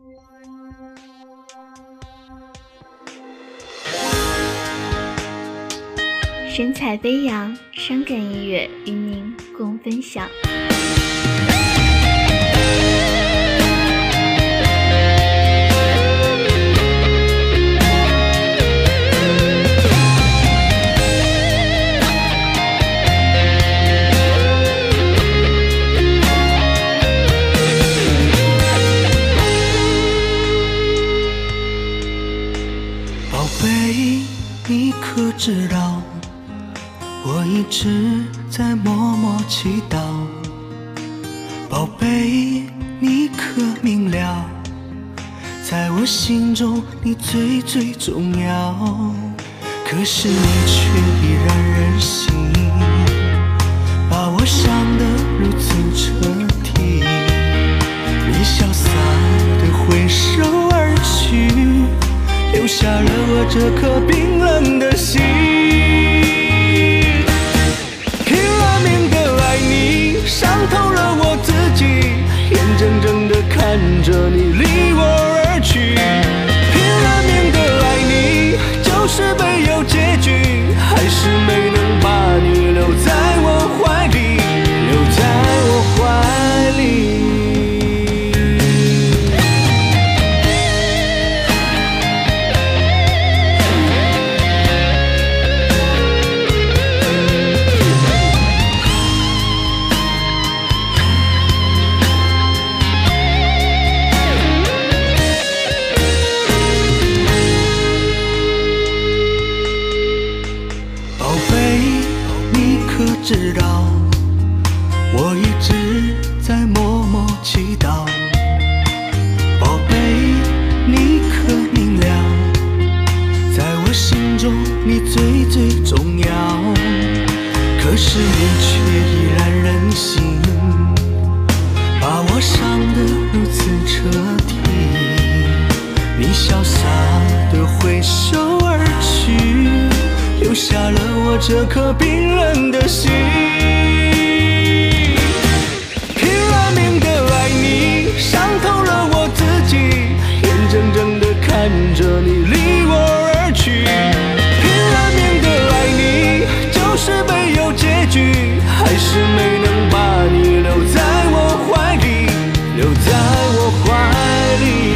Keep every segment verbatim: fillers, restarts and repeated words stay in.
神采飞扬，伤感音乐与您共分享。 宝贝，你可知道，我一直在默默祈祷。宝贝，你可明了，在我心中你最最重要。可是你却依然任性，把我伤得如此彻底。你潇洒地挥手而去，留下了我这颗冰冷的心。拼了命的爱你，伤透了我自己，眼睁睁地看着你离我而去。拼了命的爱你，就是没有结局，还是没能把你留在我怀里，留在我怀里。知道，我一直在默默祈祷。宝贝，你可明了，在我心中你最最重要。可是你却依然任性，把我伤得如此彻底。你潇洒地挥手而去，留下了我这颗冰冷的心。拼了命的爱你，伤透了我自己，眼睁睁地看着你离我而去。拼了命的爱你，就是没有结局，还是没能把你留在我怀里，留在我怀里。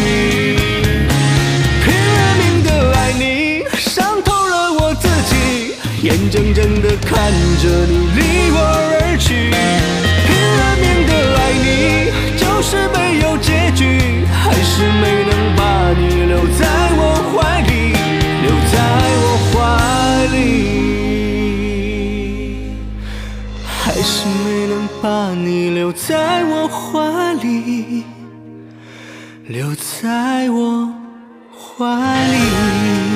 眼睁睁地看着你离我而去，拼了命的爱你，就是没有结局，还是没能把你留在我怀里，留在我怀里，还是没能把你留在我怀里，留在我怀里。